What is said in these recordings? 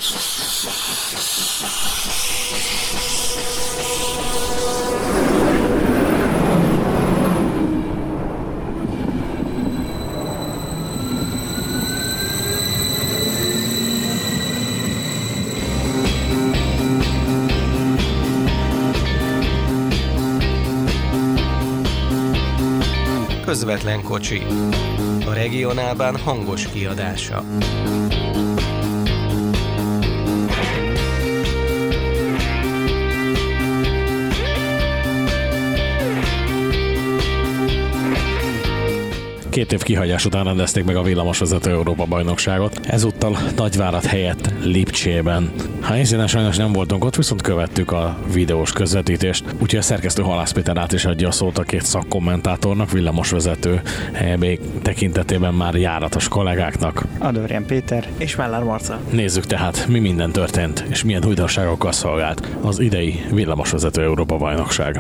Közvetlen kocsi. A regionálban hangos kiadása. Két év kihagyás után rendezték meg a villamosvezető Európa-bajnokságot, ezúttal Nagyvárad helyett Lipcsében. Helyszínen sajnos nem voltunk ott, viszont követtük a videós közvetítést, úgyhogy a szerkesztő Halász Péter át is adja a szót a két szakkommentátornak, villamosvezető EB tekintetében már járatos kollégáknak. Adorján Péter és Mellár Marca. Nézzük tehát, mi minden történt, és milyen újdonságokkal szolgált az idei villamosvezető Európa-bajnokság.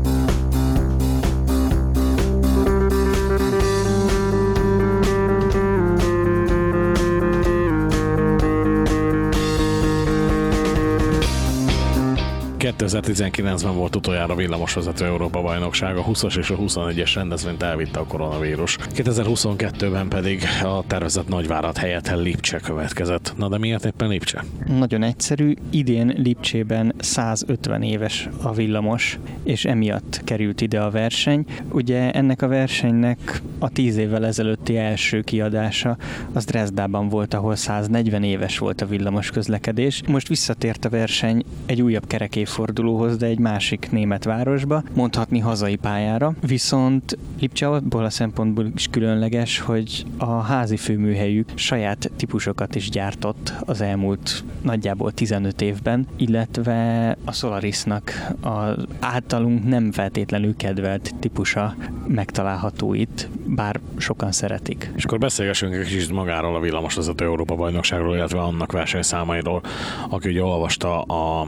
...2019-ben volt utoljára villamosvezető Európa-bajnokság, a 20-as és a 21-es rendezvényt elvitte a koronavírus. 2022-ben pedig a tervezett Nagyvárad helyett Lipcse következett. Na de miért éppen Lipcse? Nagyon egyszerű, idén Lipcsében 150 éves a villamos, és emiatt került ide a verseny. Ugye ennek a versenynek a 10 évvel ezelőtti első kiadása az Dresdában volt, ahol 140 éves volt a villamos közlekedés. Most visszatért a verseny egy újabb kerekévfordulóhoz, de egy másik német városba, mondhatni hazai pályára. Viszont Lipcse abból a szempontból is különleges, hogy a házi főműhelyük saját típusokat is gyártott az elmúlt nagyjából 15 évben, illetve a Solarisnak az általunk nem feltétlenül kedvelt típusa megtalálható itt, bár sokan szeretik. És akkor beszélgessünk egy kicsit magáról a villamosvezető Európa-bajnokságról, illetve annak versenyszámairól, aki ugye olvasta a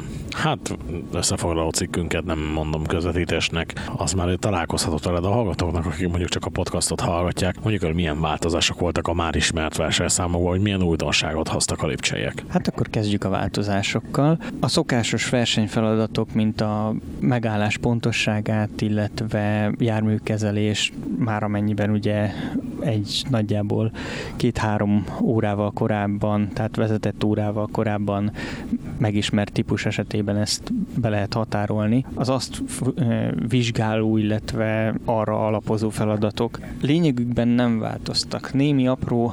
összefoglaló cikkünket, nem mondom közvetítésnek, az már találkozhatott veled a hallgatóknak, akik mondjuk csak a podcastot hallgatják. Mondjuk, hogy milyen változások voltak a már ismert versenyszámokból, hogy milyen újdonságot hoztak a lipcseiek. Hát akkor kezdjük a változásokkal. A szokásos versenyfeladatok, mint a megállás pontosságát, illetve járműkezelés, már amennyiben ugye egy nagyjából 2-3 órával korábban, tehát vezetett órával korábban megismert típus esetében ezt be lehet határolni. Az azt vizsgáló, illetve arra alapozó feladatok lényegükben nem változtak. Némi apró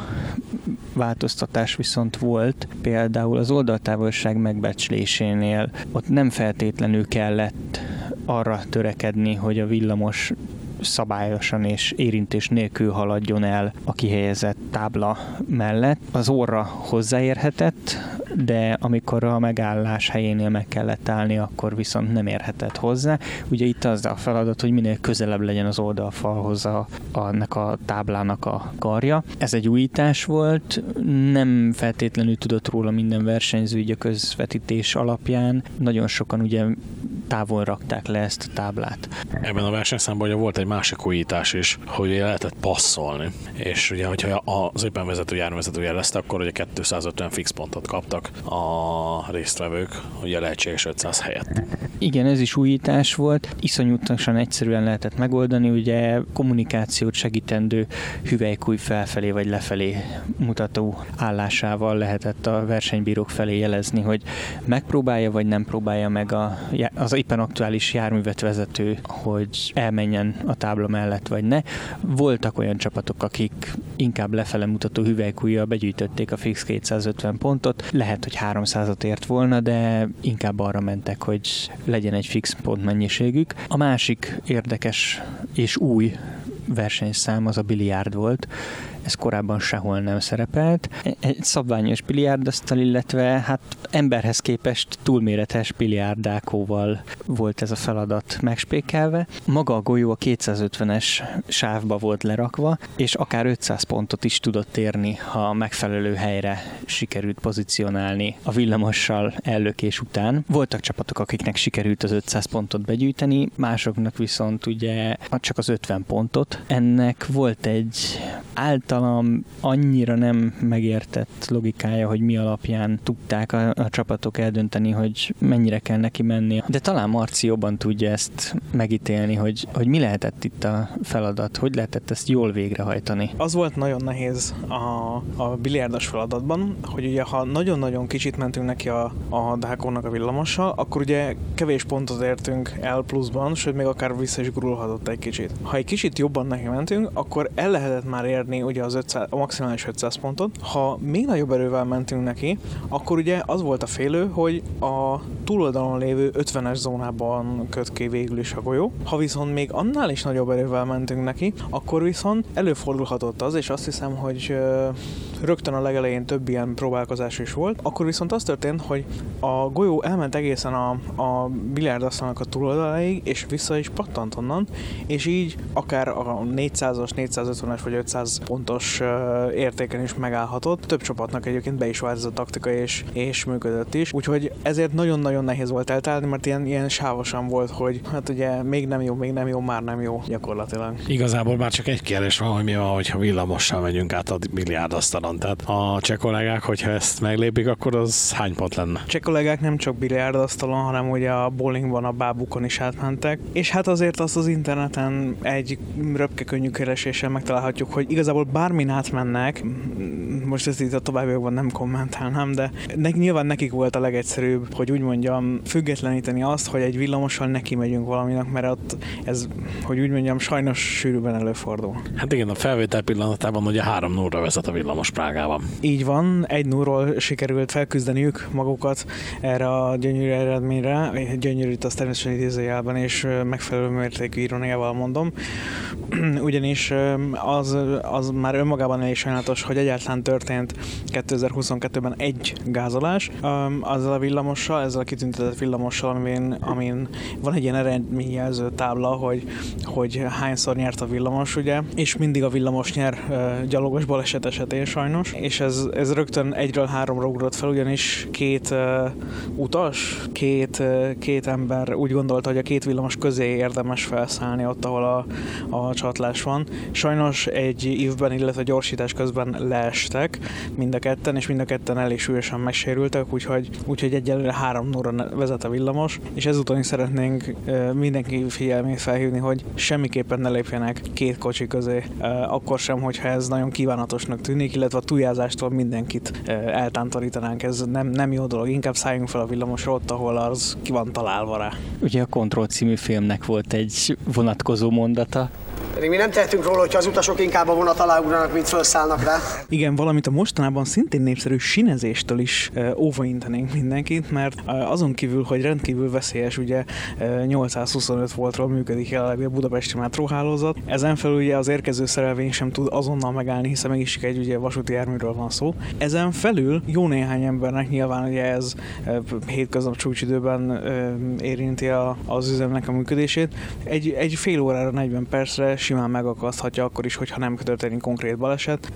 változtatás viszont volt, például az oldaltávolság megbecslésénél ott nem feltétlenül kellett arra törekedni, hogy a villamos szabályosan és érintés nélkül haladjon el a kihelyezett tábla mellett. Az óra hozzáérhetett, de amikor a megállás helyénél meg kellett állni, akkor viszont nem érhetett hozzá. Ugye itt az a feladat, hogy minél közelebb legyen az oldalfalhoz annak a táblának a karja. Ez egy újítás volt, nem feltétlenül tudott róla minden versenyző így a közvetítés alapján. Nagyon sokan ugye távol rakták le ezt a táblát. Ebben a versenyszámban ugye volt egy másik újítás is, hogy lehetett passzolni. És ugye, hogyha az éppen vezető járművezető jelezte, akkor ugye 250 fix pontot kaptak a résztvevők, ugye lehetséges 500 helyett. Igen, ez is újítás volt. Iszonyatosan egyszerűen lehetett megoldani, ugye kommunikációt segítendő hüvelykúj felfelé vagy lefelé mutató állásával lehetett a versenybírók felé jelezni, hogy megpróbálja vagy nem próbálja meg az éppen aktuális járművet vezető, hogy elmenjen a tábla mellett vagy ne. Voltak olyan csapatok, akik inkább lefele mutató hüvelykújjal begyűjtötték a fix 250 pontot. Lehet, hogy 300-at ért volna, de inkább arra mentek, hogy legyen egy fix pontmennyiségük. A másik érdekes és új versenyszám az a biliárd volt. Ez korábban sehol nem szerepelt. Egy szabványos biliárdasztal, illetve hát emberhez képest túlméretes biliárdákóval volt ez a feladat megspékelve. Maga a golyó a 250-es sávba volt lerakva, és akár 500 pontot is tudott érni, ha megfelelő helyre sikerült pozícionálni a villamossal ellökés után. Voltak csapatok, akiknek sikerült az 500 pontot begyűjteni, másoknak viszont ugye csak az 50 pontot. Ennek volt egy általam annyira nem megértett logikája, hogy mi alapján tudták a csapatok eldönteni, hogy mennyire kell neki menni. De talán Marci jobban tudja ezt megítélni, hogy mi lehetett itt a feladat, hogy lehetett ezt jól végrehajtani. Az volt nagyon nehéz a biliárdos feladatban, hogy ugye ha nagyon-nagyon kicsit mentünk neki a dákonnak a villamossal, akkor ugye kevés pontot értünk el pluszban, sőt még akár vissza is gurulhatott egy kicsit. Ha egy kicsit jobban neki mentünk, akkor el lehetett már érni ugye a maximális 500 pontot. Ha még nagyobb erővel mentünk neki, akkor ugye az volt a félő, hogy a túloldalon lévő 50-es zónában köt ki végül is a golyó. Ha viszont még annál is nagyobb erővel mentünk neki, akkor viszont előfordulhatott az, és azt hiszem, hogy rögtön a legelején több ilyen próbálkozás is volt, akkor viszont az történt, hogy a golyó elment egészen a biliárdasztalnak a túloldaláig, és vissza is pattant onnan, és így akár a 400-as, 450-es vagy 500 pontos értéken is megállhatott. Több csapatnak egyébként be is vált ez a taktika, és működött is. Úgyhogy ezért nagyon-nagyon nehéz volt eltalálni, mert ilyen sávosan volt, hogy hát ugye még nem jó, már nem jó gyakorlatilag. Igazából már csak egy kérdés van, hogy mi van, hogyha villamossal megyünk át a biliárdasztalon. Tehát a cseh kollégák, hogyha ezt meglépik, akkor az hány pont lenne? Cseh kollégák nem csak biliárdasztalon, hanem ugye a bowlingban, a bábukon is átmentek. És hát azért azt az interneten egy röpke könnyű kereséssel megtalálhatjuk, hogy igazából bármin átmennek, most ezt itt a továbbiakban nem kommentálnám, de nyilván nekik volt a legegyszerűbb, hogy úgy mondjam, függetleníteni azt, hogy egy villamossal neki megyünk valaminek, mert ott ez, hogy úgy mondjam, sajnos sűrűben előfordul. Hát igen, a felvétel pillanatában ugye 3-0-ra vezet a villamos Prágában. Így van, 1-0-ról sikerült felküzdeniük magukat erre a gyönyörű eredményre, gyönyörűt azt természetesen idézőjelben és megfelelő mértékű iróniával mondom, ugyanis az már önmagában elég sajnálatos, hogy egyáltalán történt 2022-ben egy gázolás azzal a villamossal, ezzel a kitüntetett villamossal, amin van egy ilyen eredményjelző tábla, hogy hányszor nyert a villamos, ugye, és mindig a villamos nyer gyalogos baleset esetén sajnos, és ez rögtön 1-ről 3-ra ugrott fel, ugyanis két utas, két ember úgy gondolta, hogy a két villamos közé érdemes felszállni ott, ahol a csatlás van. Sajnos egy ívben, illetve gyorsítás közben leestek mind a ketten, és mind a ketten elég súlyosan megsérültek, úgyhogy egyelőre 3-0-ra vezet a villamos, és ezúton is szeretnénk mindenki figyelmét felhívni, hogy semmiképpen ne lépjenek két kocsi közé, akkor sem, hogyha ez nagyon kívánatosnak tűnik, illetve a túljázástól mindenkit eltántorítanánk, ez nem jó dolog, inkább szálljunk fel a villamosra ott, ahol az ki van találva rá. Ugye a Control című filmnek volt egy vonatkozó mondata. Pedig mi nem tehetünk róla, hogyha az utasok inkább a vonat alá ugranak, mint felszállnak rá. Igen, valamint a mostanában szintén népszerű sinezéstől is óvaintenénk mindenkit, mert azon kívül, hogy rendkívül veszélyes, ugye 825 voltról működik jelenleg a budapesti metróhálózat. Ezen felül ugye az érkező szerelvény sem tud azonnal megállni, hiszen mégis egy ugye vasúti járműről van szó. Ezen felül jó néhány embernek nyilván ugye ez hétköznap csúcsidőben érinti az üzemnek a működését. Egy fél órára, 40 percre simán megakaszthatja akkor is, hogyha nem történik konkrét baleset.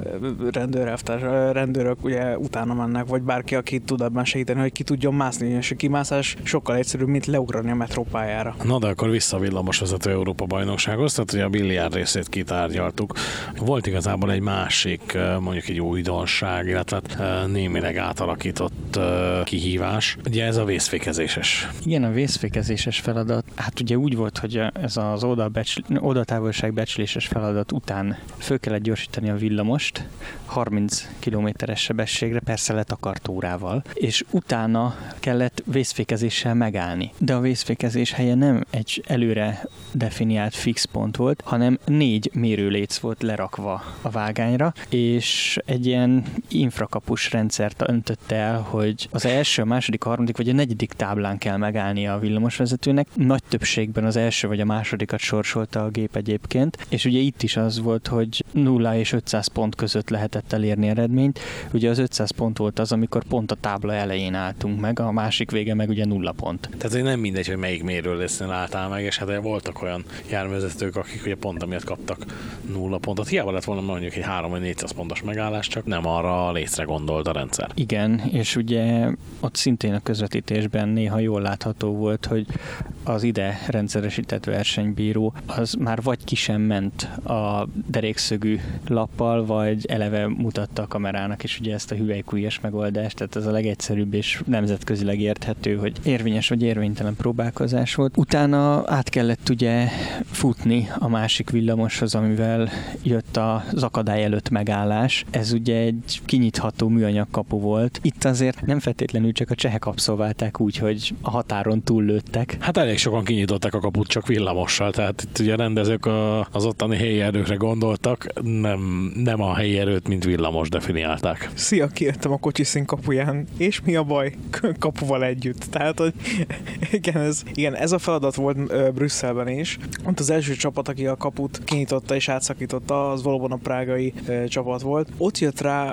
Rendőrök ugye utána mennek, vagy bárki, aki tud ebben segíteni, hogy ki tudjon mászni, és a kimászás sokkal egyszerűbb, mint leugrani a metrópályára. Na de akkor vissza a villamosvezető Európa bajnoksághoz, tehát ugye a biliárd részét kitárgyaltuk. Volt igazából egy másik, mondjuk egy újdonság, illetve némileg átalakított kihívás. Ugye ez a vészfékezéses. Igen, a vészfékezéses feladat, hát ugye úgy volt, hogy ez az odatávolságbecsléses feladat után föl kellett gyorsítani a villamost 30 km/s sebességre, persze letakartórával, és utána kellett vészfékezéssel megállni. De a vészfékezés helye nem egy előre definiált fix pont volt, hanem 4 mérőléc volt lerakva a vágányra, és egy ilyen infrakapus rendszert öntötte el, hogy az első, a második, a harmadik vagy a negyedik táblán kell megállnia a villamosvezetőnek. Nagy többségben az első vagy a másodikat sorsolta a gép egyébként, és ugye itt is az volt, hogy 0 és 500 pont között lehetett elérni eredményt. Ugye az 500 pont volt az, amikor pont a tábla elején álltunk meg, a másik vége meg ugye 0 pont. Tehát nem mindegy, hogy melyik mérőlécnél álltál meg, és hát voltak olyan járművezetők, akik ugye pont amiatt kaptak 0 pontot. Hiába lett volna mondjuk egy 3 vagy 400 pontos megállás, csak nem arra a lécre gondolt a rendszer. Igen, és ugye ott szintén a közvetítésben néha jól látható volt, hogy az ide rendszeresített versenybíró az már vagy ki sem ment a derékszögű lappal, vagy eleve mutatta a kamerának is ugye ezt a hüvelykujjas megoldást, tehát ez a legegyszerűbb és nemzetközileg érthető, hogy érvényes vagy érvénytelen próbálkozás volt. Utána át kellett ugye futni a másik villamoshoz, amivel jött az akadály előtt megállás. Ez ugye egy kinyitható műanyag kapu volt. Itt azért nem feltétlenül csak a csehek abszolválták úgy, hogy a határon túllőttek. Hát elég sokan kinyitották a kaput csak villamossal, tehát itt ugye a rendezők az ottani helyi erőkre gondoltak, nem a helyi erőt, mint villamos definiálták. Szia, kijöttem a kocsiszín kapuján, és mi a baj? Kapuval együtt. Tehát, hogy igen, ez a feladat volt Brüsszelben is. Ott az első csapat, aki a kaput kinyitotta és átszakította, az valóban a prágai csapat volt. Ott jött rá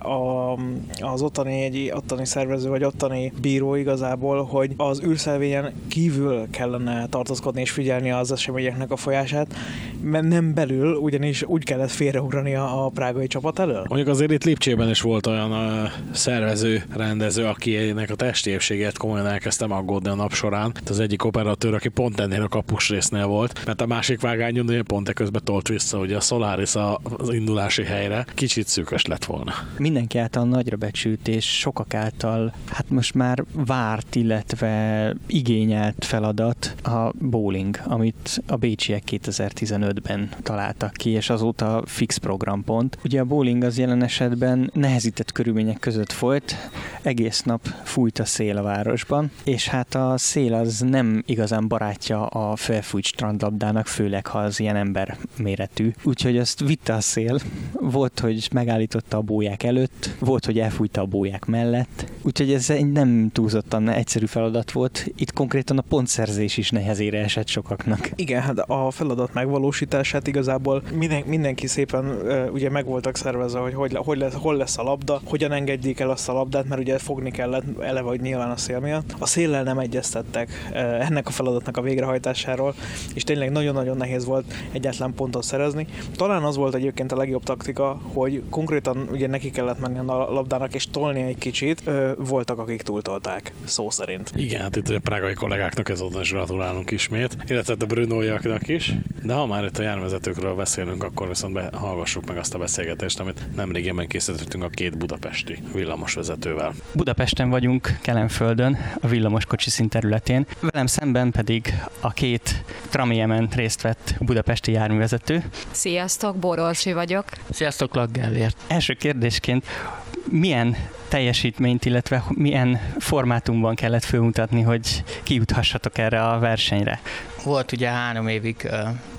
az ottani szervező, vagy ottani bíró igazából, hogy az űrszelvényen kívül kellene tartózkodni és figyelni az eseményeknek a folyását, mert nem belül, ugyanis úgy kellett félreugrani a prágai csapat elől. Mondjuk azért itt Lipcsében is volt olyan szervező, rendező, akinek a testi épségét komolyan elkezdtem aggódni a nap során. Az egyik operatőr, aki pont ennél a kapus résznél volt, mert a másik vágányon ugye pont közben tolt vissza, ugye a Solaris az indulási helyre. Kicsit szűkös lett volna. Mindenki által nagyra becsült, és sokak által hát most már várt, illetve igényelt feladat a bowling, amit a bécsiek 2015-ben találtak ki, és azóta fix programpont. Ugye a bowling az jelen esetben nehezített körülmények között folyt, egész nap fújt a szél a városban, és hát a szél az nem igazán barátja a felfújt strandlabdának, főleg ha az ilyen ember méretű. Úgyhogy azt vitte a szél, volt, hogy megállította a bóják előtt, volt, hogy elfújta a bóják mellett, úgyhogy ez nem túlzottan egyszerű feladat volt. Itt konkrétan a pontszerzés is nehezére esett sokaknak. Igen, hát a feladat megvalósítását igazából mindenki szépen ugye meg voltak szervezve, hogy hol lesz a labda, hogyan engedjék el azt a labdát, mert ugye fogni kellett eleve, hogy nyilván a szél miatt. A széllel nem egyeztettek ennek a feladatnak a végrehajtásáról, és tényleg nagyon-nagyon nehéz volt egyáltalán pontot szerezni. Talán az volt egyébként a legjobb taktika, hogy konkrétan ugye neki kellett menni a labdának és tolni egy kicsit, voltak, akik túltolták, szó szerint. Igen, hát itt a prágai kollégáknak ezúttal is gratulálunk ismét, illetve a brunóiaknak is, de ha már itt a járművezetőkről beszélünk, akkor viszont hallgassuk meg azt a beszélgetést, amit nemrégiben készítettünk a két budapesti villamosvezetővel. Budapesten vagyunk, Kelenföldön, a villamos kocsiszín területén, velem szemben pedig a két tramiemen részt vett budapesti járművezető. Sziasztok, Bór Orsi vagyok. Sziasztok, Lak Gellért. Első kérdésként, milyen teljesítményt, illetve milyen formátumban kellett fölmutatni, hogy kijuthassatok erre a versenyre? Volt ugye 3 évig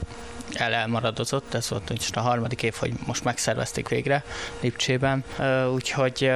elmaradozott, ez volt most a 3. év, hogy most megszervezték végre Lipcsében, úgyhogy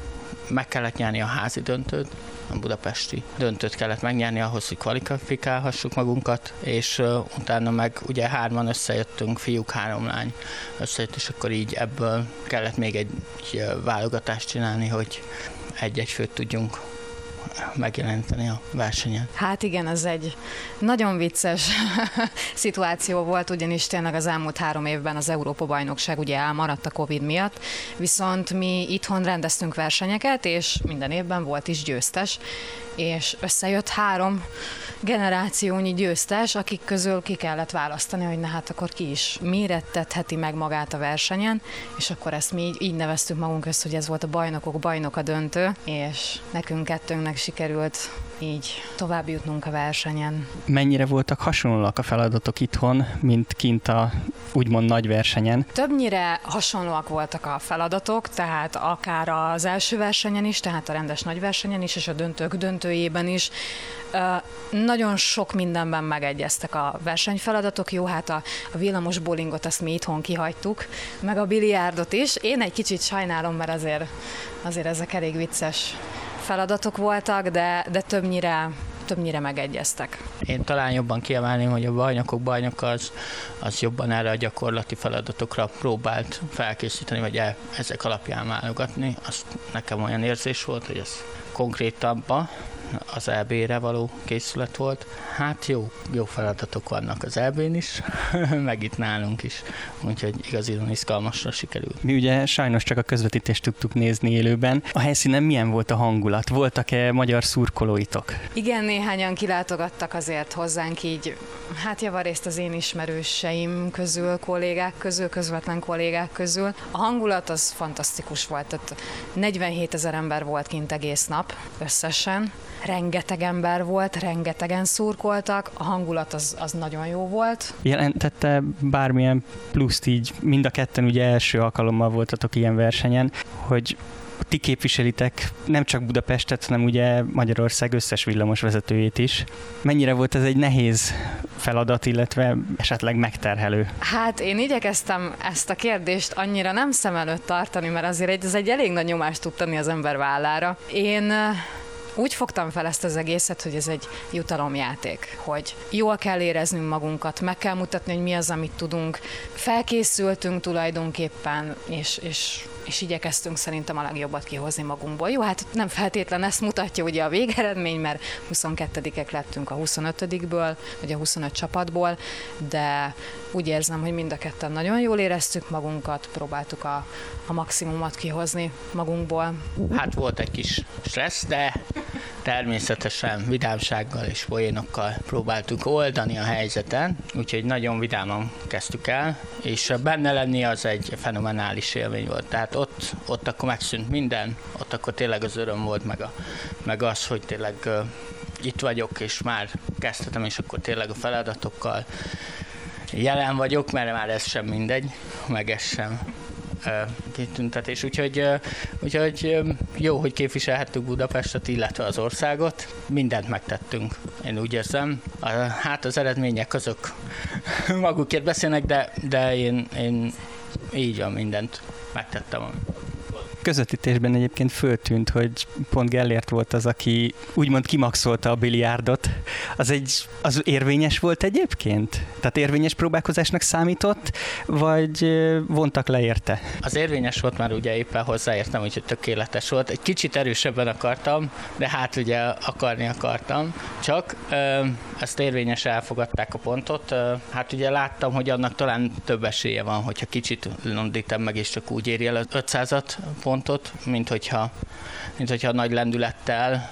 meg kellett nyerni a házi döntőt, a budapesti döntőt kellett megnyerni ahhoz, hogy kvalifikálhassuk magunkat, és utána meg ugye 3-an összejöttünk, fiúk, 3 lány összejött, és akkor így ebből kellett még egy válogatást csinálni, hogy egy-egy főt tudjunk megjeleníteni a versenyen. Hát igen, ez egy nagyon vicces szituáció volt, ugyanis tényleg az elmúlt 3 évben az Európa-bajnokság ugye elmaradt a Covid miatt, viszont mi itthon rendeztünk versenyeket, és minden évben volt is győztes, és összejött 3 generációnyi győztes, akik közül ki kellett választani, hogy na hát akkor ki is mérettetheti meg magát a versenyen, és akkor ezt mi így neveztük magunk közt, hogy ez volt a bajnokok bajnoka döntő, és nekünk kettőnknek sikerült így tovább jutnunk a versenyen. Mennyire voltak hasonlóak a feladatok itthon, mint kint a úgymond nagy versenyen? Többnyire hasonlóak voltak a feladatok, tehát akár az első versenyen is, tehát a rendes nagy versenyen is, és a döntők döntőjében is. Nagyon sok mindenben megegyeztek a versenyfeladatok. Jó, hát a villamos bowlingot azt mi itthon kihagytuk, meg a biliárdot is. Én egy kicsit sajnálom, mert azért ezek elég vicces feladatok voltak, de többnyire megegyeztek. Én talán jobban kiemelném, hogy a bajnokok bajnoka az jobban erre a gyakorlati feladatokra próbált felkészíteni, vagy ezek alapján válogatni. Azt nekem olyan érzés volt, hogy ez konkrétabban az EB-re való készület volt. Hát jó feladatok vannak az EB-n is, meg itt nálunk is, úgyhogy igazán izgalmasra sikerült. Mi ugye sajnos csak a közvetítést tudtuk nézni élőben. A helyszínen milyen volt a hangulat? Voltak-e magyar szurkolóitok? Igen, néhányan kilátogattak azért hozzánk így, hát javarészt az én ismerőseim közül, kollégák közül, közvetlen kollégák közül. A hangulat az fantasztikus volt, tehát 47 000 ember volt kint egész nap összesen. Rengeteg ember volt, rengetegen szurkoltak, a hangulat az nagyon jó volt. Jelentette bármilyen pluszt így, mind a ketten ugye első alkalommal voltatok ilyen versenyen, hogy ti képviselitek nem csak Budapestet, hanem ugye Magyarország összes villamosvezetőjét is. Mennyire volt ez egy nehéz feladat, illetve esetleg megterhelő? Hát én igyekeztem ezt a kérdést annyira nem szem előtt tartani, mert azért ez egy elég nagy nyomást tud tenni az ember vállára. Én úgy fogtam fel ezt az egészet, hogy ez egy jutalomjáték, hogy jól kell éreznünk magunkat, meg kell mutatni, hogy mi az, amit tudunk. Felkészültünk tulajdonképpen, és igyekeztünk szerintem a legjobbat kihozni magunkból. Jó, hát nem feltétlen ezt mutatja ugye a végeredmény, mert 22-ek lettünk a 25-ből, vagy a 25 csapatból, de úgy érzem, hogy mind a ketten nagyon jól éreztük magunkat, próbáltuk a maximumot kihozni magunkból. Hát volt egy kis stressz, de természetesen vidámsággal és poénokkal próbáltuk oldani a helyzeten, úgyhogy nagyon vidáman kezdtük el, és benne lenni az egy fenomenális élmény volt. Tehát ott akkor megszűnt minden, ott akkor tényleg az öröm volt, meg az, hogy tényleg itt vagyok, és már kezdhetem, és akkor tényleg a feladatokkal jelen vagyok, mert már ez sem mindegy, meg ez sem kitüntetés. Úgyhogy jó, hogy képviselhettük Budapestet, illetve az országot. Mindent megtettünk, én úgy érzem. Hát az eredmények azok magukért beszélnek, de én így van, mindent megtettem. Közvetítésben egyébként föltűnt, hogy pont Gellért volt az, aki úgymond kimaxolta a biliárdot. Az érvényes volt egyébként? Tehát érvényes próbálkozásnak számított, vagy vontak le érte? Az érvényes volt, már ugye éppen hozzáértem, úgyhogy tökéletes volt. Egy kicsit erősebben akartam, de hát ugye akartam. Csak ezt érvényes elfogadták a pontot. Hát ugye láttam, hogy annak talán több esélye van, hogyha kicsit londítem meg, és csak úgy éri el az 500-at pontot, mint hogyha nagy lendülettel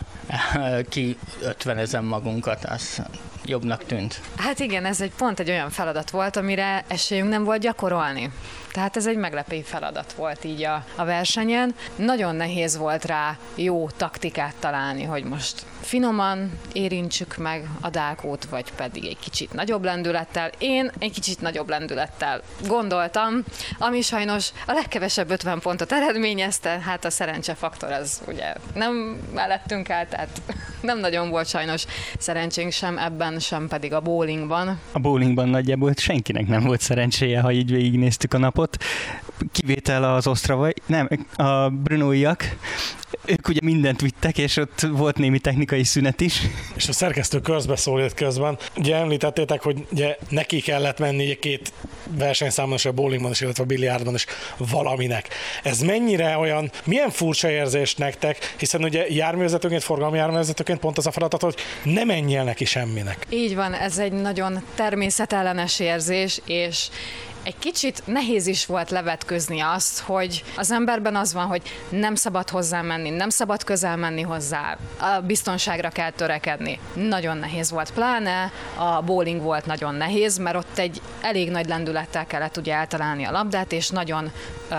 ki 50-ezen magunkat, az jobbnak tűnt. Hát igen, ez pont egy olyan feladat volt, amire esélyünk nem volt gyakorolni. Tehát ez egy meglepő feladat volt így a versenyen. Nagyon nehéz volt rá jó taktikát találni, hogy most finoman érintsük meg a Dákót, vagy pedig egy kicsit nagyobb lendülettel. Én egy kicsit nagyobb lendülettel gondoltam, ami sajnos a legkevesebb 50 pontot eredményezte, hát a szerencsefaktor az ugye nem mellettünk áll, tehát nem nagyon volt sajnos szerencsénk sem ebben, sem pedig a bowlingban. A bowlingban nagyjából senkinek nem volt szerencséje, ha így végignéztük a napot. Kivétel az osztravai, nem, a brunóiak. Ők ugye mindent vittek, és ott volt némi technikai szünet is. És a szerkesztő közbeszólt közben. Ugye említettétek, hogy ugye neki kellett menni két versenyszámon, a bowlingban is, illetve a biliárdban is valaminek. Ez mennyire olyan, milyen furcsa érzés nektek, hiszen ugye járművezetőként, forgalmi járművezetőként pont az a feladat, hogy ne menjél neki semminek. Így van, ez egy nagyon természetellenes érzés, és egy kicsit nehéz is volt levetközni azt, hogy az emberben az van, hogy nem szabad hozzá menni, nem szabad közel menni hozzá, a biztonságra kell törekedni. Nagyon nehéz volt, pláne a bowling volt nagyon nehéz, mert ott egy elég nagy lendülettel kellett ugye eltalálni a labdát, és nagyon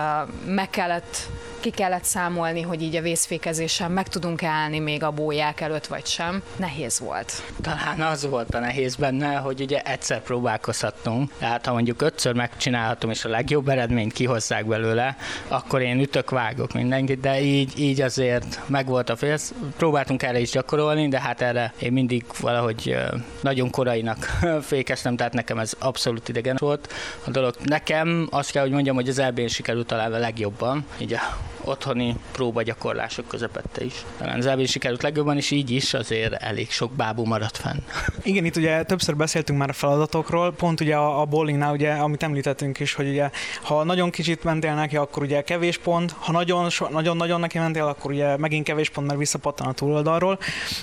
ki kellett számolni, hogy így a vészfékezéssel meg tudunk állni még a bóják előtt, vagy sem. Nehéz volt. Talán az volt a nehéz benne, hogy ugye egyszer próbálkozhattunk, tehát ha mondjuk 5-ször megcsinálhatom, és a legjobb eredményt kihozzák belőle, akkor én vágok mindenkit, de így azért megvolt a félsz. Próbáltunk erre is gyakorolni, de hát erre én mindig valahogy nagyon korainak fékeztem, tehát nekem ez abszolút idegen volt a dolog. Nekem azt kell, hogy mondjam, hogy az EB-n sikerült talán a legjobban, így otthoni próbagyakorlások közepette is. Talán az EB sikerült legjobban, és így is azért elég sok bábú maradt fenn. Igen, itt ugye többször beszéltünk már a feladatokról, pont ugye a bowlingnál, ugye, amit említettünk is, hogy ugye, ha nagyon kicsit mentél neki, akkor ugye kevés pont, ha nagyon-nagyon neki mentél, akkor ugye megint kevés pont, mert visszapattan a túloldalról,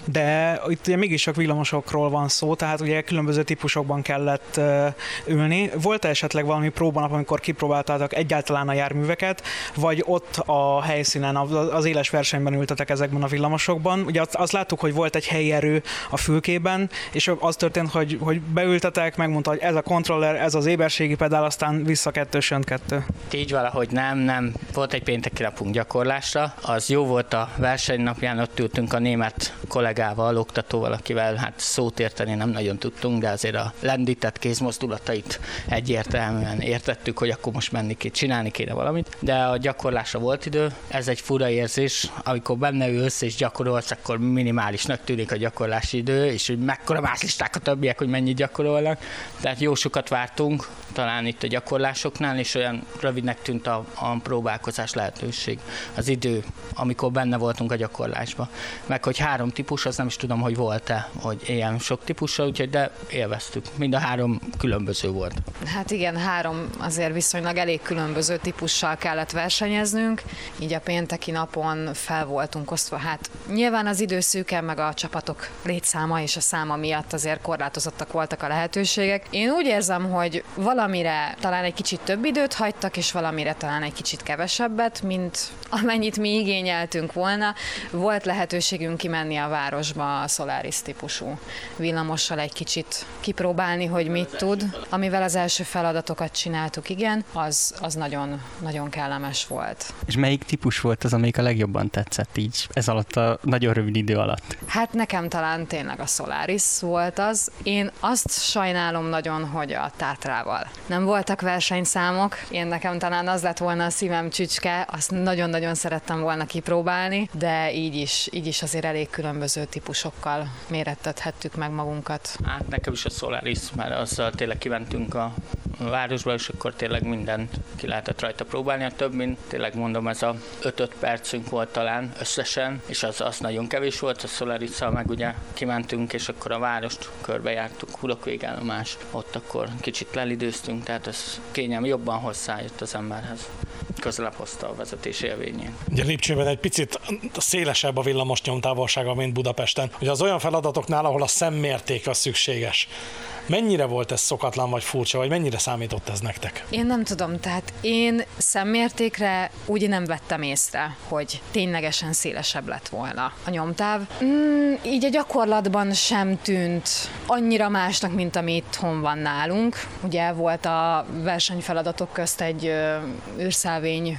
de itt ugye mégis csak villamosokról van szó, tehát ugye különböző típusokban kellett ülni. Volt esetleg valami próbanap, amikor kipróbáltátok egyáltalán a járműveket, vagy ott a helyszínen, az éles versenyben ültetek ezekben a villamosokban? Ugye azt láttuk, hogy volt egy helyi erő a fülkében, és az történt, hogy beültetek, megmondta, hogy ez a kontroller, ez az éberségi pedál, aztán vissza 2, jön 2. Így valahogy nem. Volt egy pénteki napunk gyakorlásra. Az jó volt a versenynapján, ott ültünk a német kollégával, oktatóval, akivel hát szót érteni nem nagyon tudtunk, de azért a lendített kézmozdulatait egyértelműen értettük, hogy akkor most menni kéne, csinálni kéne valamit, de a gyakorlásra volt idő. Ez egy fura érzés, amikor benne ülsz és gyakorolsz, akkor minimálisnak tűnik a gyakorlási idő, és hogy mekkora mászlisták a többiek, hogy mennyit gyakorolnak. Tehát jó sokat vártunk, talán itt a gyakorlásoknál, és olyan rövidnek tűnt a próbálkozás lehetőség, az idő, amikor benne voltunk a gyakorlásban. Meg hogy 3 típus, az nem is tudom, hogy volt-e, hogy ilyen sok típusra, úgyhogy de élveztük. Mind a 3 különböző volt. Hát igen, 3 azért viszonylag elég különböző típussal kellett versenyeznünk, így a pénteki napon fel voltunk osztva. Hát nyilván az időszűken, meg a csapatok létszáma és a száma miatt azért korlátozottak voltak a lehetőségek. Én úgy érzem, hogy valamire talán egy kicsit több időt hagytak, és valamire talán egy kicsit kevesebbet, mint amennyit mi igényeltünk volna. Volt lehetőségünk kimenni a városba a Solaris típusú villamossal egy kicsit kipróbálni, hogy mit tud. Amivel az első feladatokat csináltuk, igen, az nagyon, nagyon kellemes volt. És melyik típus volt az, amelyik a legjobban tetszett így ez alatt a nagyon rövid idő alatt? Hát nekem talán tényleg a Solaris volt az. Én azt sajnálom nagyon, hogy a Tátrával nem voltak versenyszámok. Én nekem talán az lett volna a szívem csücske, azt nagyon-nagyon szerettem volna kipróbálni, de így is azért elég különböző típusokkal mérettethettük meg magunkat. Hát nekem is a Solaris, mert azzal tényleg kimentünk a városba, és akkor tényleg mindent ki lehetett rajta próbálni. A több, mint tényleg mondom, ez a 5 percünk volt talán összesen, és az nagyon kevés volt. A Solarisszal meg ugye kimentünk, és akkor a várost körbejártuk, hulakvégállomás, ott akkor kicsit lelidőztünk, tehát ez kényelmi jobban hozzájött az emberhez. Közelebb hozta a vezetés élményét. Ugye Lipcsében egy picit szélesebb a villamos nyomtávolsága, mint Budapesten. Ugye az olyan feladatoknál, ahol a szemmérték az szükséges. Mennyire volt ez szokatlan vagy furcsa, vagy mennyire számított ez nektek? Én nem tudom, tehát én szemmértékre úgy nem vettem észre, hogy ténylegesen szélesebb lett volna a nyomtáv. Így a gyakorlatban sem tűnt annyira másnak, mint ami itthon van nálunk. Ugye volt a versenyfeladatok közt egy űrszelvény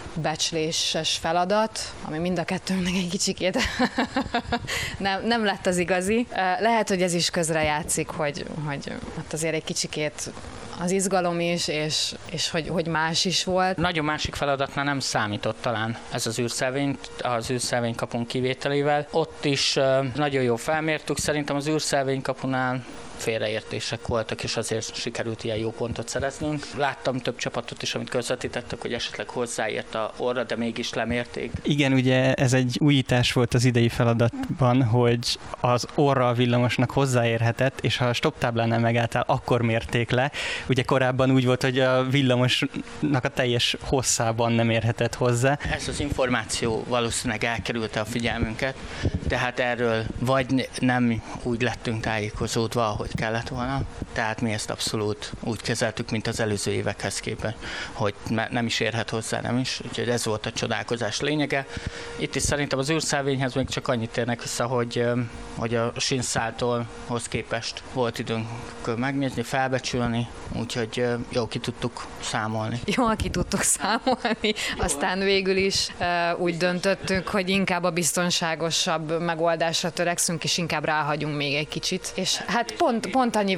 becsléses feladat, ami mind a kettőnknek egy kicsikét nem lett az igazi. Lehet, hogy ez is közrejátszik, hogy hát azért egy kicsikét az izgalom is, és hogy más is volt. Nagyon másik feladatnál nem számított talán ez az űrszelvénykapun kivételével. Ott is nagyon jól felmértük, szerintem az űrszelvénykapunál félreértések voltak, és azért sikerült ilyen jó pontot szereznünk. Láttam több csapatot is, amit közvetítettek, hogy esetleg hozzáért a orra, de mégis lemérték. Igen, ugye ez egy újítás volt az idei feladatban, hogy az orra a villamosnak hozzáérhetett, és ha a stopptáblánál megálltál, akkor mérték le. Ugye korábban úgy volt, hogy a villamosnak a teljes hosszában nem érhetett hozzá. Ez az információ valószínűleg elkerülte a figyelmünket, tehát erről vagy nem úgy lettünk tájékozódva, ahogy kellett volna. Tehát mi ezt abszolút úgy kezeltük, mint az előző évekhez képest, hogy nem is érhet hozzá, nem is. Úgyhogy ez volt a csodálkozás lényege. Itt is szerintem az űrszelvényhez még csak annyit térnek vissza, hogy a sínszáltól hoz képest volt időnk megnézni, felbecsülni, úgyhogy jól ki tudtuk számolni. Jól ki tudtuk számolni, aztán végül is úgy döntöttünk, hogy inkább a biztonságosabb megoldásra törekszünk, és inkább ráhagyunk még egy kicsit. És hát pont annyival hagytuk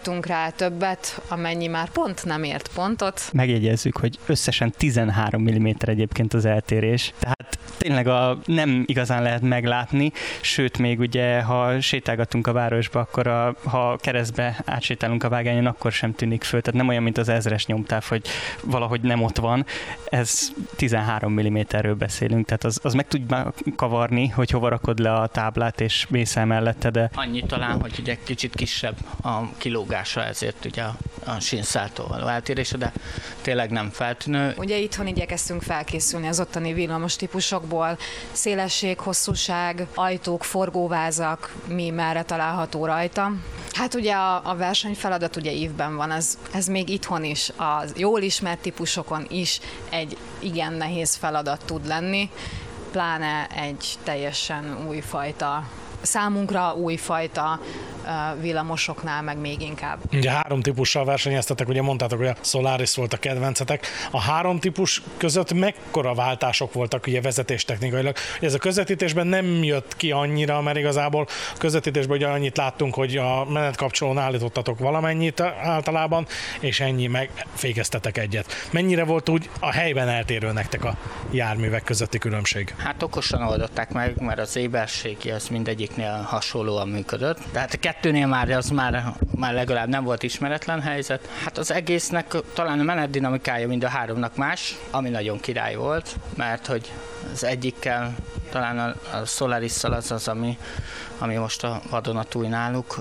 adtunk rá többet, amennyi már pont nem ért pontot. Megjegyezzük, hogy összesen 13 mm egyébként az eltérés, tehát tényleg nem igazán lehet meglátni, sőt még ugye, ha sétálgatunk a városba, akkor ha keresztbe átsétálunk a vágányon, akkor sem tűnik föl, tehát nem olyan, mint az 1000-es nyomtáv, hogy valahogy nem ott van, ez 13 mm-ről beszélünk, tehát az meg tud kavarni, hogy hova rakod le a táblát és mész el mellette, de... Annyi talán, hogy ugye kicsit kisebb a kilógása, ezért ugye a sínszáltól való eltérése, de tényleg nem feltűnő. Ugye itthon igyekeztünk felkészülni az ottani villamos típusokból, szélesség, hosszúság, ajtók, forgóvázak, mi merre található rajta. Hát ugye a versenyfeladat ugye évben van, ez még itthon is, a jól ismert típusokon is egy igen nehéz feladat tud lenni, pláne egy teljesen újfajta, számunkra újfajta villamosoknál meg még inkább. Ugye 3 típussal versenyeztetek, ugye mondtátok, hogy a Solaris volt a kedvencetek. A 3 típus között mekkora váltások voltak ugye vezetéstechnikailag? Ez a közvetítésben nem jött ki annyira, mert igazából a közvetítésben ugye annyit láttunk, hogy a menetkapcsolón állítottatok valamennyit általában, és ennyi, meg fékeztetek egyet. Mennyire volt úgy a helyben eltérő nektek a járművek közötti különbség? Hát okosan oldották meg, mert az éberségi az mindegyiknél hasonlóan működött. De hát a 2-nél már legalább nem volt ismeretlen helyzet. Hát az egésznek talán a menetdinamikája mind a 3-nak más, ami nagyon király volt, mert hogy az egyikkel, talán a Solarisszal az, ami most a vadonatúj náluk,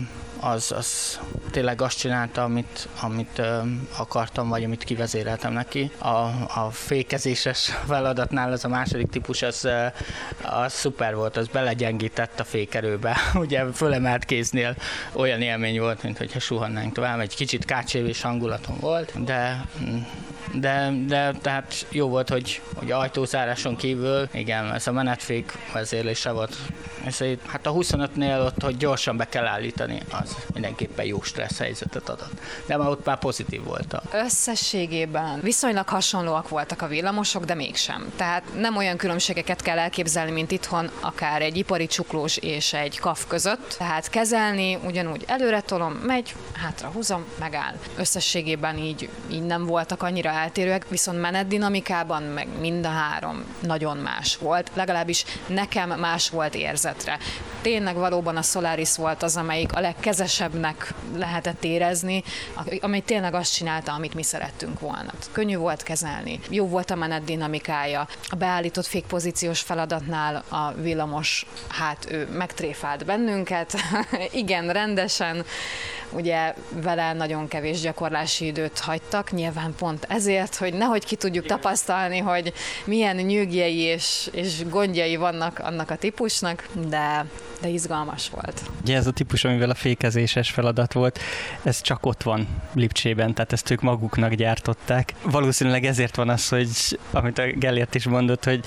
az tényleg azt csinálta, amit akartam, vagy amit kivezéreltem neki. A fékezéses feladatnál az a második típus, az szuper volt, az belegyengített a fékerőbe. Ugye fölemelt kéznél olyan élmény volt, mint hogyha suhannánk tovább. Egy kicsit kácsévés hangulatom volt, de tehát jó volt, hogy ajtózáráson kívül, igen, ez a menetfék vezérlése volt. Hát a 25-nél ott, hogy gyorsan be kell állítani, az mindenképpen jó stressz helyzetet adott. De már ott már pozitív volt. Összességében viszonylag hasonlóak voltak a villamosok, de mégsem. Tehát nem olyan különbségeket kell elképzelni, mint itthon, akár egy ipari csuklós és egy KAF között. Tehát kezelni, ugyanúgy előre tolom, megy, hátra húzom, megáll. Összességében így nem voltak annyira eltérőek, viszont menetdinamikában meg mind a 3 nagyon más volt. Legalábbis nekem más volt érzetre. Tényleg valóban a Solaris volt az, amelyik a legkezesebbnek lehetett érezni, amely tényleg azt csinálta, amit mi szerettünk volna. Könnyű volt kezelni, jó volt a menetdinamikája. A beállított fékpozíciós feladatnál a villamos, hát ő megtréfált bennünket, igen, rendesen. Ugye vele nagyon kevés gyakorlási időt hagytak, nyilván pont ezért, hogy nehogy ki tudjuk tapasztalni, hogy milyen nyűgjei és gondjai vannak annak a típusnak, de izgalmas volt. Ugye ez a típus, amivel a fékezéses feladat volt, ez csak ott van Lipcsében, tehát ezt ők maguknak gyártották. Valószínűleg ezért van az, hogy amit a Gellért is mondott, hogy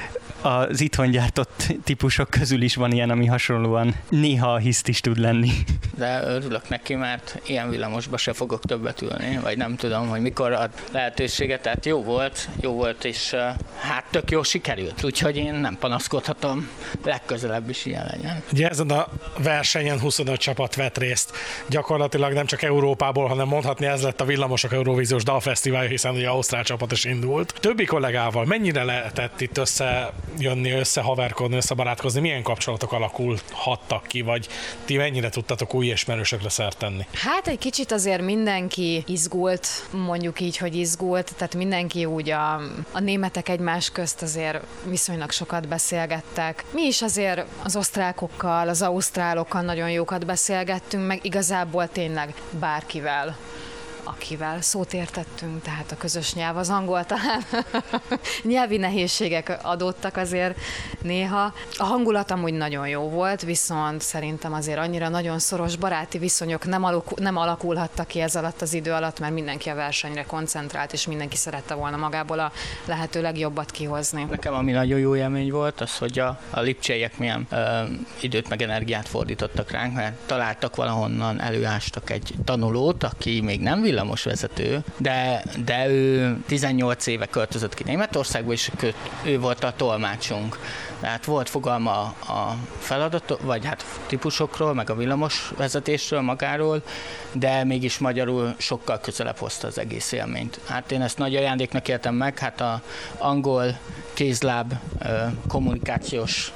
az itthon gyártott típusok közül is van ilyen, ami hasonlóan néha hiszt is tud lenni. De örülök neki, mert ilyen villamosba se fogok többet ülni, vagy nem tudom, hogy mikor ad lehetőséget, tehát jó volt, és hát tök jó sikerült, úgyhogy én nem panaszkodhatom, legközelebb is ilyen legyen. Ugye ezen a versenyen 25 csapat vett részt, gyakorlatilag nem csak Európából, hanem mondhatni ez lett a Villamosok Eurovíziós Dalfesztiválja, hiszen ugye ausztrál csapat is indult. Többi kollégával mennyire lehetett itt összejönni, összehaverkodni, összebarátkozni, milyen kapcsolatok alakulhattak ki, vagy ti mennyire tudtatok új ismerősökre szert tenni? Hát egy kicsit azért mindenki izgult, mondjuk így, hogy izgult, tehát mindenki úgy a németek egymás közt azért viszonylag sokat beszélgettek. Mi is azért az osztrákokkal, az ausztrálokkal nagyon jókat beszélgettünk, meg igazából tényleg bárkivel, akivel szót értettünk, tehát a közös nyelv az angol talán. Nyelvi nehézségek adódtak azért néha. A hangulat amúgy nagyon jó volt, viszont szerintem azért annyira nagyon szoros baráti viszonyok nem alakulhattak ki ez alatt az idő alatt, mert mindenki a versenyre koncentrált, és mindenki szerette volna magából a lehető legjobbat kihozni. Nekem ami nagyon jó élmény volt, az, hogy a lipcseiek milyen időt meg energiát fordítottak ránk, mert találtak valahonnan, előástak egy tanulót, aki még nem villamosvezető, de ő 18 éve költözött ki Németországba, és ő volt a tolmácsunk. Tehát volt fogalma a feladat, vagy hát típusokról, meg a villamosvezetésről magáról, de mégis magyarul sokkal közelebb hozta az egész élményt. Hát én ezt nagy ajándéknak éltem meg, hát a angol kézláb kommunikációs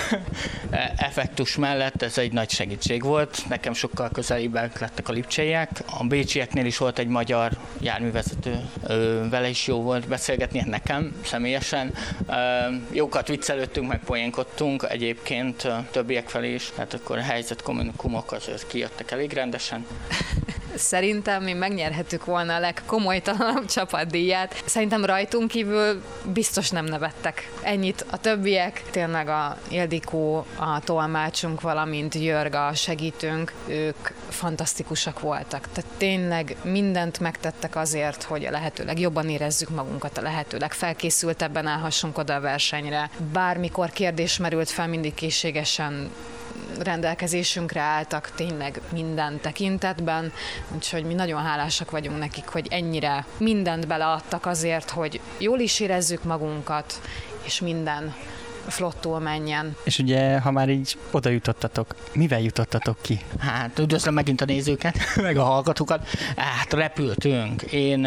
effektus mellett ez egy nagy segítség volt. Nekem sokkal közelébbek lettek a lipcseiek. A bécsieknél is volt egy magyar járművezető, vele is jó volt beszélgetni, nekem személyesen. Jókat viccelődtünk, meg poénkodtunk egyébként többiek felé is, tehát akkor a helyzetkommunikumok azért kijöttek elég rendesen. Szerintem mi megnyerhettük volna a legkomolytalanabb csapatdíját. Szerintem rajtunk kívül biztos nem nevettek. Ennyit a többiek, tényleg a Ildikó, a tolmácsunk, valamint Jörg, a segítőnk, ők fantasztikusak voltak. Tehát tényleg mindent megtettek azért, hogy a lehető legjobban érezzük magunkat, a lehető legfelkészültebben állhassunk oda a versenyre. Bármikor kérdés merült fel, mindig készségesen rendelkezésünkre álltak tényleg minden tekintetben, úgyhogy mi nagyon hálásak vagyunk nekik, hogy ennyire mindent beleadtak azért, hogy jól is érezzük magunkat, és minden flottul menjen. És ugye, ha már így oda jutottatok, mivel jutottatok ki? Hát üdvözlöm megint a nézőket, meg a hallgatókat. Hát repültünk.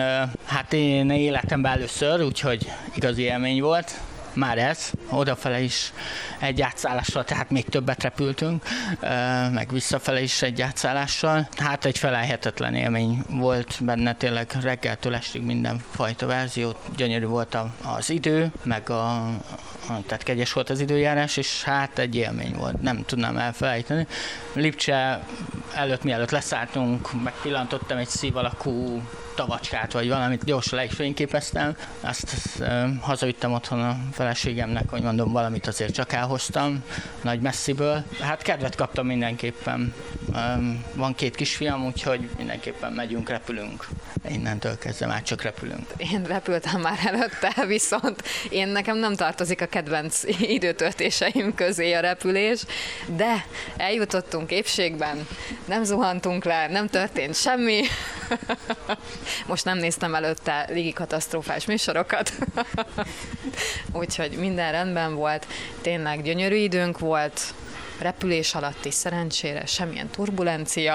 Én életemben először, úgyhogy igazi élmény volt. Már ez, odafele is egy átszállással, tehát még többet repültünk, meg visszafele is egy átszállással. Hát egy felelhetetlen élmény volt benne, tényleg reggeltől estig mindenfajta verzió. Gyönyörű volt az idő, meg tehát kegyes volt az időjárás, és hát egy élmény volt, nem tudnám elfelejteni. Lipcse előtt, mielőtt leszálltunk, megpillantottam egy szív alakú tavacskát, vagy valamit, gyorsan le is fényképeztem. Azt hazavittem otthon a feleségemnek, hogy mondom, valamit azért csak elhoztam, nagy messziből. Hát kedvet kaptam mindenképpen. Van 2 kisfiam, úgyhogy mindenképpen megyünk, repülünk. Innentől kezdve már csak repülünk. Én repültem már előtte, viszont nekem nem tartozik a kedvenc időtöltéseim közé a repülés, de eljutottunk épségben, nem zuhantunk le, nem történt semmi. Most nem néztem előtte légikatasztrófás műsorokat, úgyhogy minden rendben volt, tényleg gyönyörű időnk volt, repülés alatt is szerencsére semmilyen turbulencia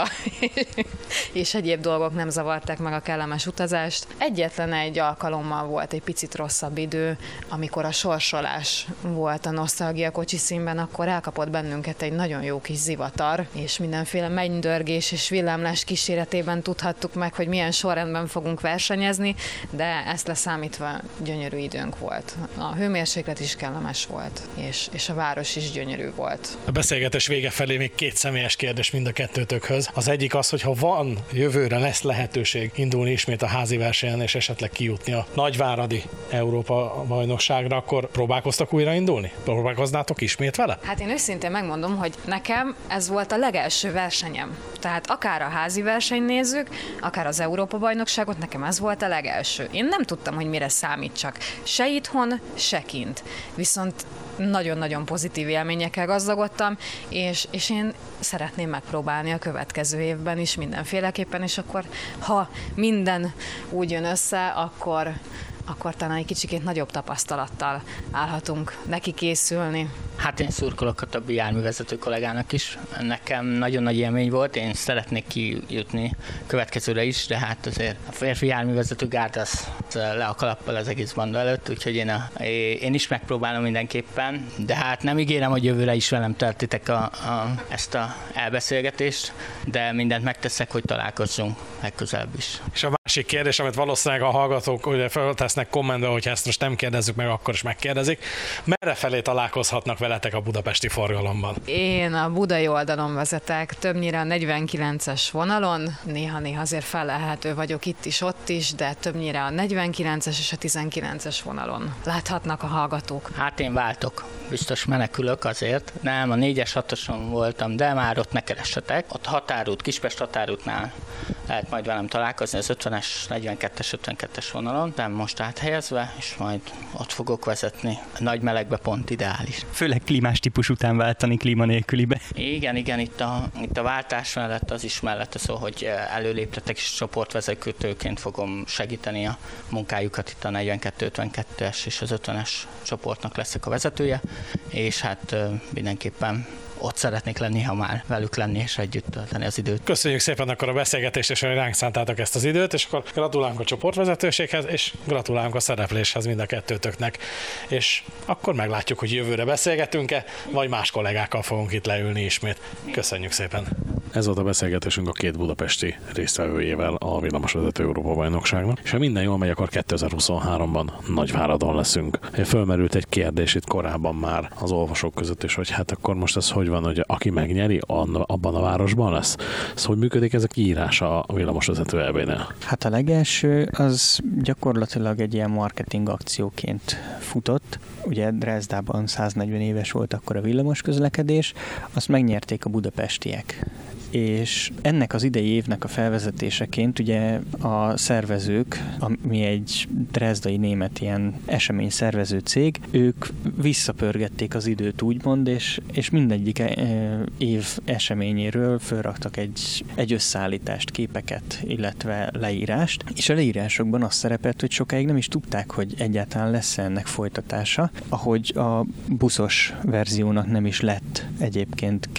és egyéb dolgok nem zavarták meg a kellemes utazást. Egyetlen egy alkalommal volt egy picit rosszabb idő, amikor a sorsolás volt a Nosztalgia kocsiszínben, akkor elkapott bennünket egy nagyon jó kis zivatar, és mindenféle mennydörgés és villámlás kíséretében tudhattuk meg, hogy milyen sorrendben fogunk versenyezni, de ezt leszámítva gyönyörű időnk volt. A hőmérséklet is kellemes volt, és a város is gyönyörű volt. A beszélgetés vége felé még 2 személyes kérdés mind a kettőtökhöz. Az egyik az, hogy ha van jövőre lesz lehetőség indulni ismét a házi versenyen és esetleg kijutni a nagyváradi Európa-bajnokságra, akkor próbálkoztak újra indulni? Próbálkoznátok ismét vele? Hát én őszintén megmondom, hogy nekem ez volt a legelső versenyem. Tehát akár a házi verseny nézzük, akár az Európa-bajnokságot, nekem ez volt a legelső. Én nem tudtam, hogy mire számítsak. Se itthon, se kint. Viszont nagyon-nagyon pozitív élményekkel gazdagodtam, és én szeretném megpróbálni a következő évben is mindenféleképpen, és akkor, ha minden úgy jön össze, akkor talán egy kicsikét nagyobb tapasztalattal állhatunk neki készülni. Hát én szurkolok a többi járművezető kollégának is. Nekem nagyon nagy élmény volt, én szeretnék kijutni következőre is, de hát azért a férfi járművezető gárd az le a kalappal az egész banda előtt, úgyhogy én is megpróbálom mindenképpen, de hát nem ígérem, hogy jövőre is velem töltitek ezt a elbeszélgetést, de mindent megteszek, hogy találkozzunk legközelebb is. És a másik kérdés, amit valószínűleg a hallgatók ugye feltesznek kommentbe, hogyha ezt most nem kérdezzük meg, akkor is megkérdezik. Merre felé találkozhatnak veletek a budapesti forgalomban? Én a budai oldalon vezetek, többnyire a 49-es vonalon, néha-néha azért felelhető vagyok itt is, ott is, de többnyire a 49-es és a 19-es vonalon láthatnak a hallgatók. Hát én váltok, biztos menekülök azért. Nem, a 4-es 6-oson voltam, de már ott ne keressetek. Ott határút, Kispest határútnál lehet majd velem találkozni az 50-es, 42-es vonalon, de most áthelyezve, és majd ott fogok vezetni. Nagy melegbe pont ideális. Főleg klímás típus után váltani klíma nélkülibe. Igen, itt a váltás mellett az is mellette szó, hogy előléptetek és csoportvezetőként fogom segíteni a munkájukat. Itt a 42-52-es és az 50-es csoportnak leszek a vezetője, és hát mindenképpen ott szeretnék lenni, ha már velük lenni és együtt tölteni az időt. Köszönjük szépen akkor a beszélgetést, és hogy ránk szántátok ezt az időt, és akkor gratulálunk a csoportvezetőséghez, és gratulálunk a szerepléshez mind a kettőtöknek. És akkor meglátjuk, hogy jövőre beszélgetünk-e, vagy más kollégákkal fogunk itt leülni ismét. Köszönjük szépen! Ez volt a beszélgetésünk a két budapesti résztvevőjével a villamosvezető Európa-bajnokságnak, és ha minden jól megy, akkor 2023-ban Nagyváradon leszünk. Fölmerült egy kérdés itt korábban már az olvasók között is, hogy hát akkor most ez hogy van, hogy aki megnyeri, abban a városban lesz? Ez hogy működik ez a kiírás a villamosvezető EB-nél? Hát a legelső az gyakorlatilag egy ilyen marketing akcióként futott. Ugye Dresdában 140 éves volt akkor a villamos közlekedés, azt megnyerték a budapestiek. És ennek az idei évnek a felvezetéseként ugye a szervezők, ami egy drezdai német ilyen esemény szervező cég, ők visszapörgették az időt úgymond, és mindegyik év eseményéről fölraktak egy összeállítást, képeket, illetve leírást, és a leírásokban az szerepelt, hogy sokáig nem is tudták, hogy egyáltalán lesz ennek folytatása, ahogy a buszos verziónak nem is lett egyébként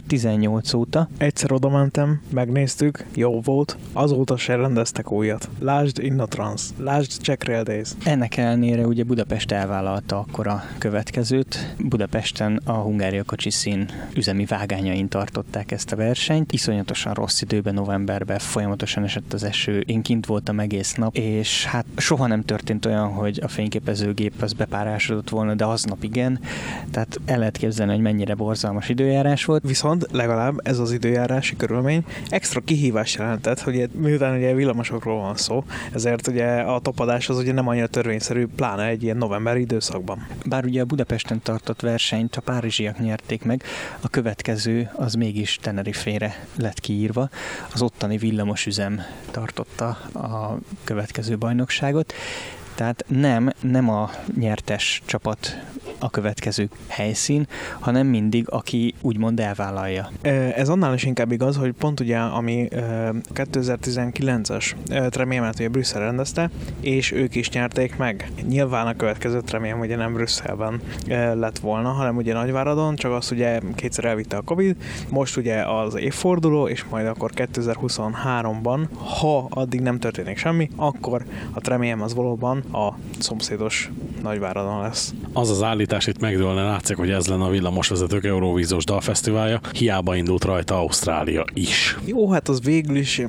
2018 óta. Egyszer oda mentem, megnéztük, jó volt, azóta se rendeztek újat. Lásd Innotrans, lásd Czech Rail Days. Ennek ellenére ugye Budapest elvállalta akkor a következőt. Budapesten a Hungária Kocsiszín üzemi vágányain tartották ezt a versenyt. Iszonyatosan rossz időben, novemberben folyamatosan esett az eső. Én kint voltam egész nap, és hát soha nem történt olyan, hogy a fényképezőgép az bepárásodott volna, de aznap igen. Tehát el lehet képzelni, hogy mennyire borzalmas időjárás volt. Viszont legalább ez az időjárási körülmény extra kihívást jelentett, hogy miután ugye villamosokról van szó, ezért ugye a topadás az ugye nem annyira törvényszerű, pláne egy ilyen novemberi időszakban. Bár ugye a Budapesten tartott versenyt a párizsiak nyerték meg, a következő az mégis Tenerifére lett kiírva. Az ottani villamosüzem tartotta a következő bajnokságot. Tehát nem a nyertes csapat a következő helyszín, hanem mindig, aki úgymond elvállalja. Ez annál is inkább igaz, hogy pont ugye, ami 2019-es Tremiemet ugye Brüsszel rendezte, és ők is nyerték meg. Nyilván a következő Tremiem ugye nem Brüsszelben lett volna, hanem ugye Nagyváradon, csak azt ugye kétszer elvitte a Covid, most ugye az évforduló, és majd akkor 2023-ban, ha addig nem történik semmi, akkor a Tremiem az valóban a szomszédos Nagyváradon lesz. Az az állítás itt megdőlne, látszik, hogy ez lenne a villamosvezetők Eurovíziós dalfesztiválja, hiába indult rajta Ausztrália is. Jó, hát az végül is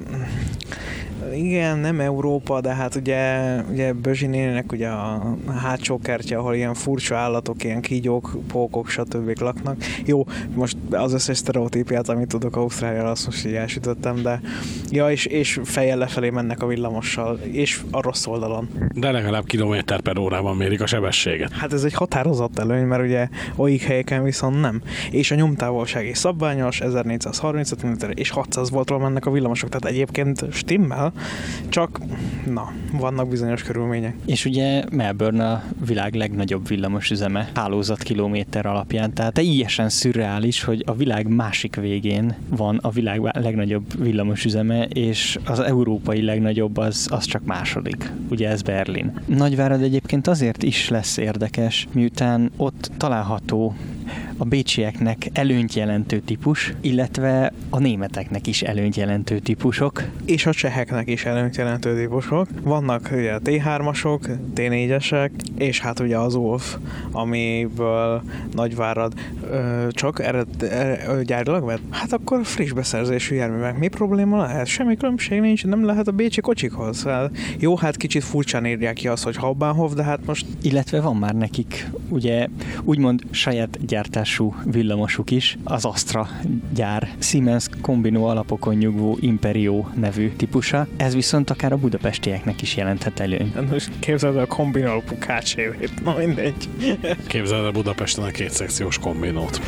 igen, nem Európa, de hát ugye Bözsi néninek ugye a hátsó kertje, ahol ilyen furcsa állatok, ilyen kígyók, pókok, stb. Laknak. Jó, most az összes sztereotípiát, amit tudok Ausztráliára, azt most így elsütöttem, de ja, és fejjel lefelé mennek a villamossal, és a rossz oldalon. De legalább kilométer per órában mérik a sebességet. Hát ez egy határozott előny, mert ugye olyik helyeken viszont nem. És a nyomtávolság is szabványos, 1435 mm és 600 voltról mennek a villamosok, tehát egyébként stimmel, csak vannak bizonyos körülmények. És ugye Melbourne a világ legnagyobb villamosüzeme hálózatkilométer alapján, tehát teljesen szürreális, hogy a világ másik végén van a világ legnagyobb villamosüzeme, és az európai legnagyobb az csak második. Ugye ez Berlin. Nagyvárad egyébként azért is lesz érdekes, miután ott található a bécsieknek előnyt jelentő típus, illetve a németeknek is előnyt jelentő típusok. És a cseheknek is előnyt jelentő típusok. Vannak ugye a T3-asok, T4-esek, és hát ugye az Wolf, amiből Nagyvárad csak gyárilag vett. Hát akkor friss beszerzésű járművek. Mi probléma lehet? Semmi különbség nincs, nem lehet a bécsi kocsikhoz. Jó, hát kicsit furcsán írják ki azt, hogy Hauptbahnhof, de hát most... Illetve van már nekik ugye úgymond saját gyártású villamosuk is, az Astra gyár, Siemens Combino alapokon nyugvó Imperio nevű típusa. Ez viszont akár a budapestieknek is jelenthet előnyt. Most képzeld el a Combino alapú KCV-t, na mindegy. Képzeld el Budapesten a kétszekciós kombinót.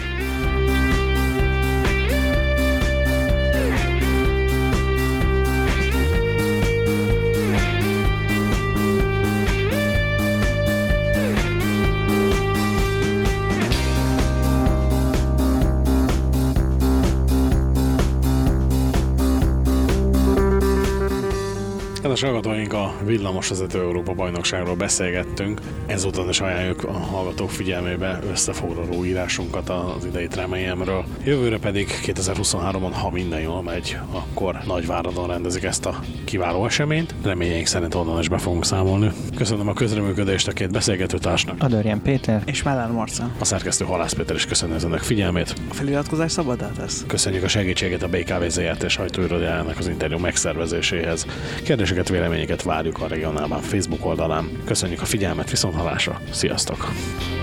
Kedves hallgatóink, a Villamosvezető Európa bajnokságról beszélgettünk. Ezúton is ajánljuk a hallgatók figyelmébe összefoglaló írásunkat az idei Tremelyemről. Jövőre pedig 2023-on, ha minden jól megy, akkor Nagyváradon rendezik ezt a kiváló eseményt. Reményeink szerint onnan is be fogunk számolni. Köszönöm a közreműködést a két beszélgetőtársnak. Adorján Péter És Mellán Marcel. A szerkesztő Halász Péter is köszönöm az önök figyelmét. A feliratkozás szabaddá tesz. Köszönjük a segítséget a BKV ZRT sajtóirodájának az interjú megszervezéséhez. Kérdéseket, véleményeket várjuk a regionálban Facebook oldalán. Köszönjük a figyelmet, viszonthallásra. Sziasztok!